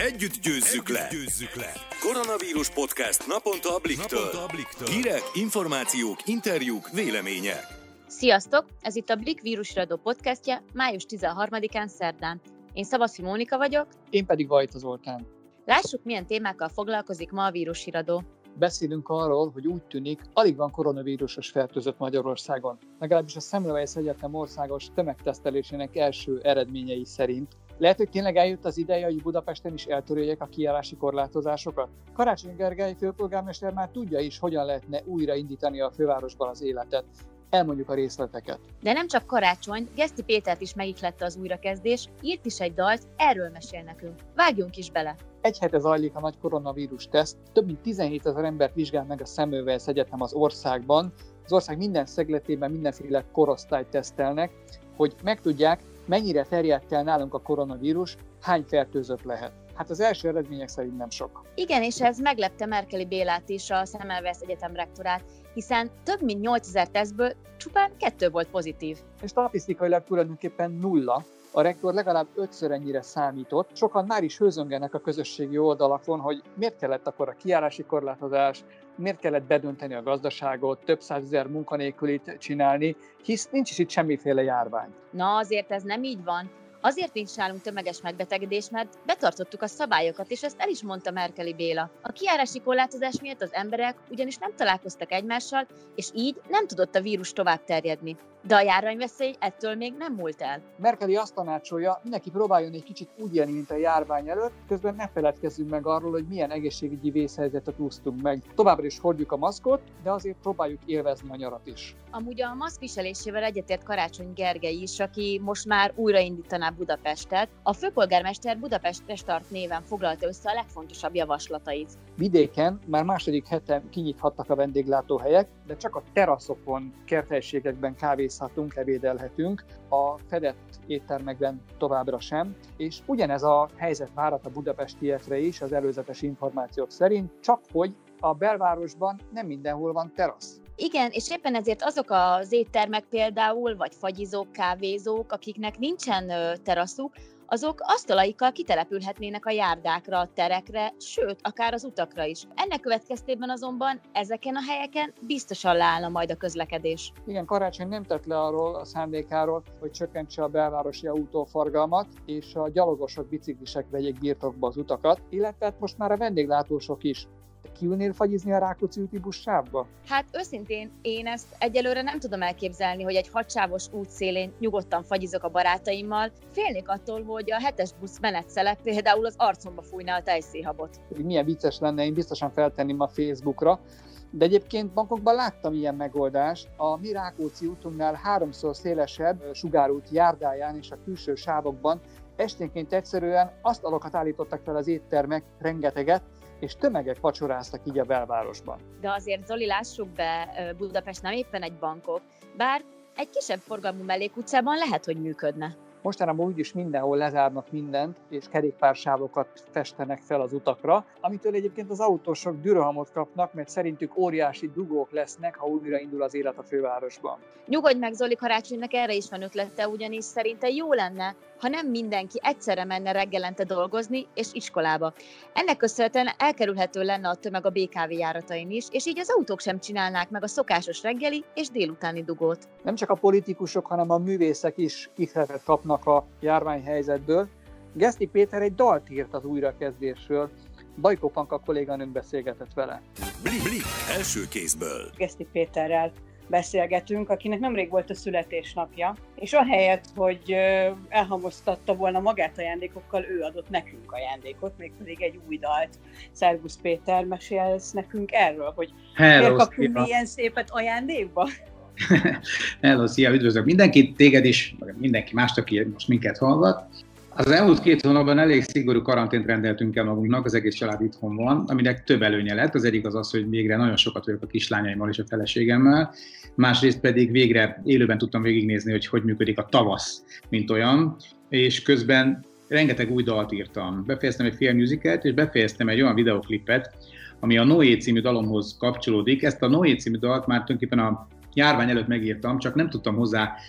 Együtt győzzük le! Koronavírus podcast naponta a Blikktől. Hírek, információk, interjúk, vélemények. Sziasztok! Ez itt a Blikk vírusiradó podcastja május 13-án szerdán. Én Szabadfi Mónika vagyok. Én pedig Vajta Zoltán. Lássuk, milyen témákkal foglalkozik ma a vírusiradó. Beszélünk arról, hogy úgy tűnik, alig van koronavírusos fertőzött Magyarországon. Legalábbis a Semmelweis Egyetem országos tömegtesztelésének első eredményei szerint. Lehet, hogy tényleg eljött az ideje, hogy Budapesten is eltöröljék a kijárási korlátozásokat? Karácsony Gergely főpolgármester már tudja is, hogyan lehetne újraindítani a fővárosban az életet. Elmondjuk a részleteket. De nem csak Karácsony, Geszti Pétert is megihlette az újrakezdés, írt is egy dalt, erről mesél nekünk. Vágjunk is bele! Egy hete zajlik a nagy koronavírus teszt, több mint 17 000 embert vizsgál meg a Semmelweis Egyetem az országban. Az ország minden szegletében mindenféle korosztályt tesztelnek, hogy megtudják, mennyire terjedt el nálunk a koronavírus, hány fertőzött lehet. Hát az első eredmények szerint nem sok. Igen, és ez meglepte Merkeli Bélát is, a Semmelweis Egyetem rektorát, hiszen több mint 8000 tesztből csupán 2 volt pozitív. És statisztikailag tulajdonképpen nulla. A rektor legalább 5-ször ennyire számított. Sokan már is hőzöngenek a közösségi oldalakon, hogy miért kellett akkor a kijárási korlátozás, miért kellett bedönteni a gazdaságot, több százezer munkanélkülit csinálni, hisz nincs is itt semmiféle járvány. Na, azért ez nem így van. Azért nincs nálunk tömeges megbetegedés, mert betartottuk a szabályokat, és ezt el is mondta Merkeli Béla. A kijárási korlátozás miatt az emberek ugyanis nem találkoztak egymással, és így nem tudott a vírus tovább terjedni. De a járványveszély ettől még nem múlt el. Merkeli azt tanácsolja, mindenki próbáljon egy kicsit úgy élni, mint a járvány előtt, közben ne feledkezzünk meg arról, hogy milyen egészségügyi vészhelyzetet úsztunk meg. Továbbra is hordjuk a maszkot, de azért próbáljuk élvezni a nyarat is. Amúgy a maszk viselésével egyetért Karácsony Gergely is, aki most már újraindítaná Budapestet. A főpolgármester Budapestre Start néven foglalta össze a legfontosabb javaslatait. Vidéken már második hete kinyithattak a vendéglátóhelyek, de csak a teraszokon, kerthelyiségekben kávézhatunk, ebédelhetünk, a fedett éttermekben továbbra sem, és ugyanez a helyzet várhat a budapestiekre is az előzetes információk szerint, csak hogy a belvárosban nem mindenhol van terasz. Igen, és éppen ezért azok az éttermek például, vagy fagyizók, kávézók, akiknek nincsen teraszuk, azok asztalaikkal kitelepülhetnének a járdákra, a terekre, sőt, akár az utakra is. Ennek következtében azonban ezeken a helyeken biztosan leállna majd a közlekedés. Igen, Karácsony nem tett le arról a szándékáról, hogy csökkentse a belvárosi autóforgalmat, és a gyalogosok, biciklisek vegyék birtokba az utakat, illetve most már a vendéglátósok is. Kiülnél fagyizni a Rákóczi úti buszsávba? Hát őszintén én ezt egyelőre nem tudom elképzelni, hogy egy 6 sávos útszélén nyugodtan fagyizok a barátaimmal. Félnék attól, hogy a 7-es busz menetszele például az arcomba fújna a tejszéhabot. Milyen vicces lenne, én biztosan feltenném a Facebookra. De egyébként bankokban láttam ilyen megoldást. A mi Rákóczi útunknál 3-szor szélesebb sugárút járdáján és a külső sávokban esténként egyszerűen asztalokat állítottak fel az éttermek, rengeteget, és tömegek vacsoráztak így a belvárosban. De azért, Zoli, lássuk be, Budapest nem éppen egy Bangkok, bár egy kisebb forgalmú mellékutcában lehet, hogy működne. Mostanában úgyis mindenhol lezárnak mindent, és kerékpársávokat festenek fel az utakra, amitől egyébként az autósok dürohamot kapnak, mert szerintük óriási dugók lesznek, ha újraindul az élet a fővárosban. Nyugodj meg, Zoli, Karácsonynak erre is van ötlete, ugyanis szerinte jó lenne, ha nem mindenki egyszerre menne reggelente dolgozni és iskolába. Ennek köszönhetően elkerülhető lenne a tömeg a BKV járatain is, és így az autók sem csinálnák meg a szokásos reggeli és délutáni dugót. Nem csak a politikusok, hanem a művészek is ihletet kapnak a járványhelyzetből. Geszti Péter egy dalt írt az újrakezdésről. Bajkó Panka kolléganőnk beszélgetett vele. Blikk első kézből. Geszti Péterrel beszélgetünk, akinek nemrég volt a születésnapja, és ahelyett, hogy elhamoztatta volna magát ajándékokkal, ő adott nekünk ajándékot, mégpedig egy új dalt. Szervusz Péter, mesélsz nekünk erről, hogy miért kaptunk ilyen szépet ajándékba? Hello, szia, üdvözlök mindenkit, téged is, mindenki mást, aki most minket hallgat. Az elmúlt 2 hónapban elég szigorú karantént rendeltünk el magunknak, az egész család itthon van, aminek több előnye lett. Az egyik az, hogy végre nagyon sokat vagyok a kislányaimmal és a feleségemmel, másrészt pedig végre élőben tudtam végignézni, hogy működik a tavasz, mint olyan, és közben rengeteg új dalt írtam. Befejeztem egy filmmusicalt, és befejeztem egy olyan videoklipet, ami a Noé című dalomhoz kapcsolódik. Ezt a Noé című dalt már tulajdonképpen a járvány előtt megírtam, csak nem tudtam hozzá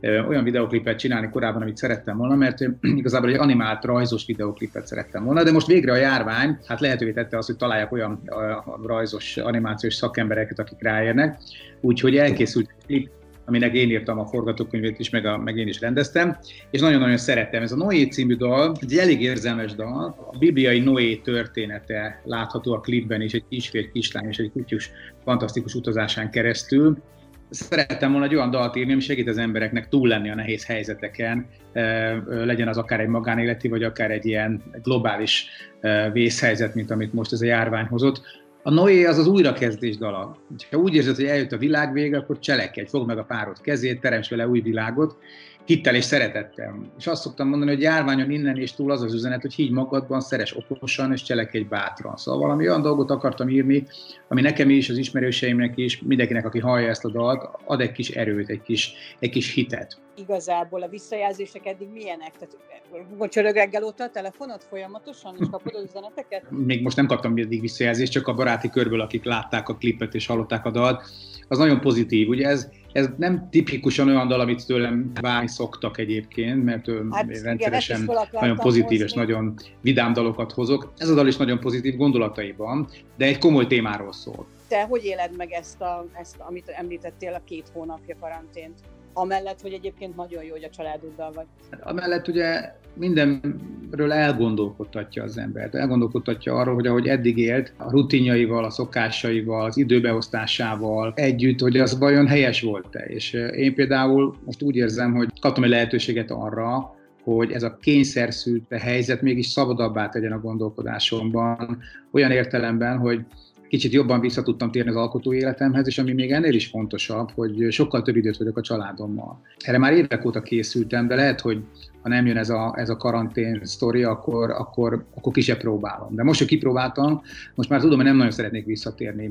olyan videoklipet csinálni korábban, amit szerettem volna, mert igazából egy animált, rajzos videoklipet szerettem volna, de most végre a járvány hát lehetővé tette azt, hogy találjak olyan rajzos, animációs szakembereket, akik ráérnek, úgyhogy elkészült egy klip, aminek én írtam a forgatókönyvét is, meg én is rendeztem, és nagyon-nagyon szerettem. Ez a Noé című dal, egy elég érzelmes dal, a bibliai Noé története látható a klipben is, egy kisférj, kislány és egy kutyus fantasztikus utazásán keresztül. Szerettem volna egy olyan dalt írni, ami segít az embereknek túl lenni a nehéz helyzeteken, legyen az akár egy magánéleti, vagy akár egy ilyen globális vészhelyzet, mint amit most ez a járvány hozott. A Noé az újrakezdés dala. Ha úgy érzed, hogy eljött a világ vége, akkor cselekedj, fogd meg a párod kezét, teremts vele új világot, hittel és szeretettel. És azt szoktam mondani, hogy járványon innen és túl az az üzenet, hogy higgy magadban, szeress okosan és cselekedj bátran. Szóval valami olyan dolgot akartam írni, ami nekem is, az ismerőseimnek is, mindenkinek, aki hallja ezt a dalt, ad egy kis erőt, egy kis hitet. Igazából a visszajelzések eddig milyenek? Tehát csörög reggel óta a telefonod folyamatosan, és kapod az üzeneteket? Még most nem kaptam eddig visszajelzést, csak a baráti körből, akik látták a klipet és hallották a dalt. Az nagyon pozitív. Ugye ez nem tipikusan olyan dal, amit tőlem várni szoktak egyébként, mert rendszeresen nagyon pozitív és nagyon vidám dalokat hozok. Ez a dal is nagyon pozitív gondolataiban, de egy komoly témáról szól. Te hogy éled meg ezt, amit említettél, a 2 hónapja karantént? Amellett, hogy egyébként nagyon jó, hogy a családoddal vagy. Amellett ugye mindenről elgondolkodtatja az embert. Elgondolkodtatja arról, hogy ahogy eddig élt, a rutinjaival, a szokásaival, az időbeosztásával együtt, hogy az vajon helyes volt-e. És én például most úgy érzem, hogy kaptam egy lehetőséget arra, hogy ez a kényszerszült helyzet mégis szabadabbá tegyen a gondolkodásomban, olyan értelemben, hogy kicsit jobban vissza tudtam térni az alkotó életemhez, és ami még ennél is fontosabb, hogy sokkal több időt vagyok a családommal. Erre már évek óta készültem, de lehet, hogy ha nem jön ez a karantén sztori, akkor ki se próbálom. De most, hogy kipróbáltam, most már tudom, hogy nem nagyon szeretnék visszatérni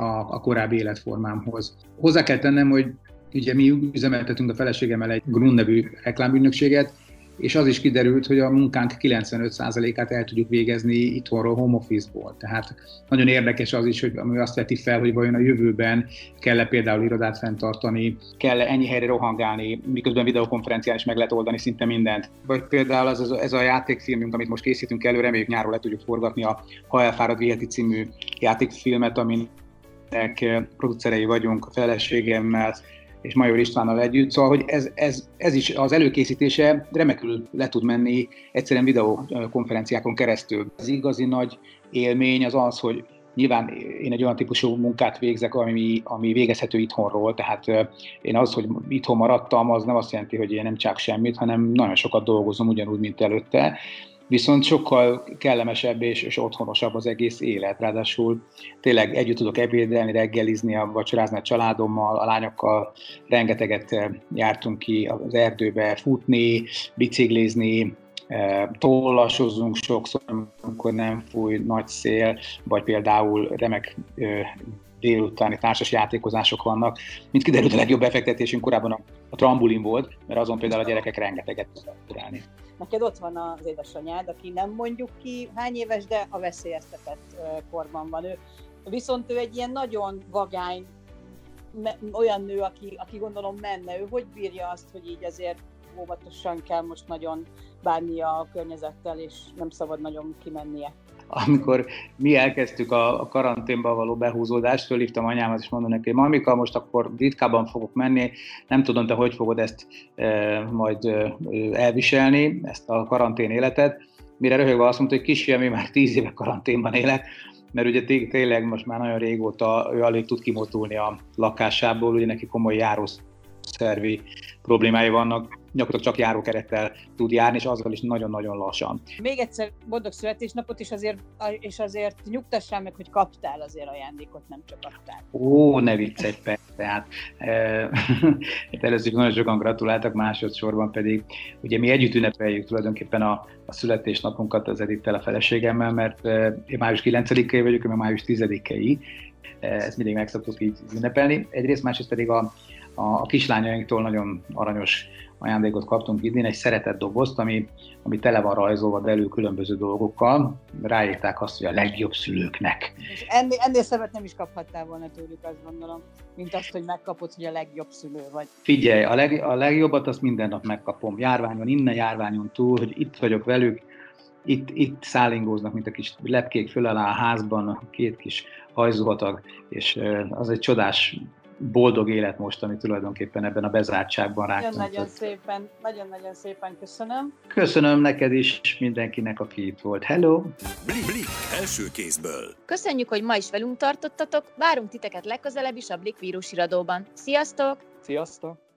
a korábbi életformámhoz. Hozzá kell tennem, hogy ugye mi üzemeltetünk a feleségemmel egy Grund nevű reklámügynökséget, és az is kiderült, hogy a munkánk 95%-át el tudjuk végezni itthonról, home office-ból. Tehát nagyon érdekes az is, hogy ami azt veti fel, hogy vajon a jövőben kell-e például irodát fenntartani, kell-e ennyi helyre rohangálni, miközben videokonferencián is meg lehet oldani szinte mindent. Vagy például ez a játékfilmünk, amit most készítünk elő, reméljük nyáron le tudjuk forgatni, a Ha elfárad viheti című játékfilmet, aminek producerei vagyunk a feleségemmel, és Major Istvánnal együtt, szóval hogy ez is az előkészítése remekül le tud menni egyszerűen videokonferenciákon keresztül. Az igazi nagy élmény az, hogy nyilván én egy olyan típusú munkát végzek, ami végezhető itthonról, tehát én az, hogy itthon maradtam, az nem azt jelenti, hogy én nem csak semmit, hanem nagyon sokat dolgozom ugyanúgy, mint előtte. Viszont sokkal kellemesebb és otthonosabb az egész élet. Ráadásul tényleg együtt tudok ebédelni, reggelizni, vacsorázni a családommal, a lányokkal. Rengeteget jártunk ki az erdőbe futni, biciklizni, tollasozunk sokszor, amikor nem fúj nagy szél, vagy például remek délutáni társas játékozások vannak. Mint kiderült, a legjobb befektetésünk korábban a trambulin volt, mert azon például a gyerekek rengeteget tudnak turálni. Neked ott van az édesanyád, aki nem mondjuk ki hány éves, de a veszélyeztetett korban van ő. Viszont ő egy ilyen nagyon vagány, olyan nő, aki gondolom menne. Ő hogy bírja azt, hogy így azért óvatosan kell most nagyon bánnia a környezettel, és nem szabad nagyon kimennie? Amikor mi elkezdtük a karanténba való behúzódást, fölhívtam anyámat, és mondom neki, Mamika, most akkor ritkábban fogok menni, nem tudom, te hogy fogod ezt majd elviselni, ezt a karantén életet. Mire röhögve azt mondta, hogy kisfiam, én már 10 éve karanténban élek, mert ugye tényleg most már nagyon régóta ő alig tud kimotulni a lakásából, ugye neki komoly járószervi problémái vannak, gyakorlatilag csak járókerettel tud járni, és azzal is nagyon-nagyon lassan. Még egyszer boldog születésnapot, és azért nyugtassál meg, hogy kaptál azért ajándékot, nem csak kaptál. Ó, ne viccelj, persze, hát először nagyon sokan gratuláltak, másodszorban pedig ugye mi együtt ünnepeljük tulajdonképpen a születésnapunkat az Edittel, a feleségemmel, mert én május 9-ei vagyok, én május 10-ei, ezt mindig meg szoktuk így ünnepelni. Egyrészt, másrészt pedig a kislányainktól nagyon aranyos ajándékot kaptunk idén, egy szeretett dobozt, ami tele van rajzolva belül különböző dolgokkal. Ráírták azt, hogy a legjobb szülőknek. És ennél szebbet nem is kaphattál volna tőlük, azt gondolom, mint azt, hogy megkapod, hogy a legjobb szülő vagy. Figyelj, a legjobbat azt minden nap megkapom. Járványon túl, hogy itt vagyok velük, itt szállingóznak, mint a kis lepkék föl alá a házban, a két kis hajzuhatag, és az egy csodás, boldog élet most, ami tulajdonképpen ebben a bezártságban ránk. Nagyon-nagyon szépen köszönöm. Köszönöm neked is, mindenkinek, aki itt volt. Hello! Blik első kézből. Köszönjük, hogy ma is velünk tartottatok, várunk titeket legközelebb is a Blik vírusiradóban. Sziasztok! Sziasztok!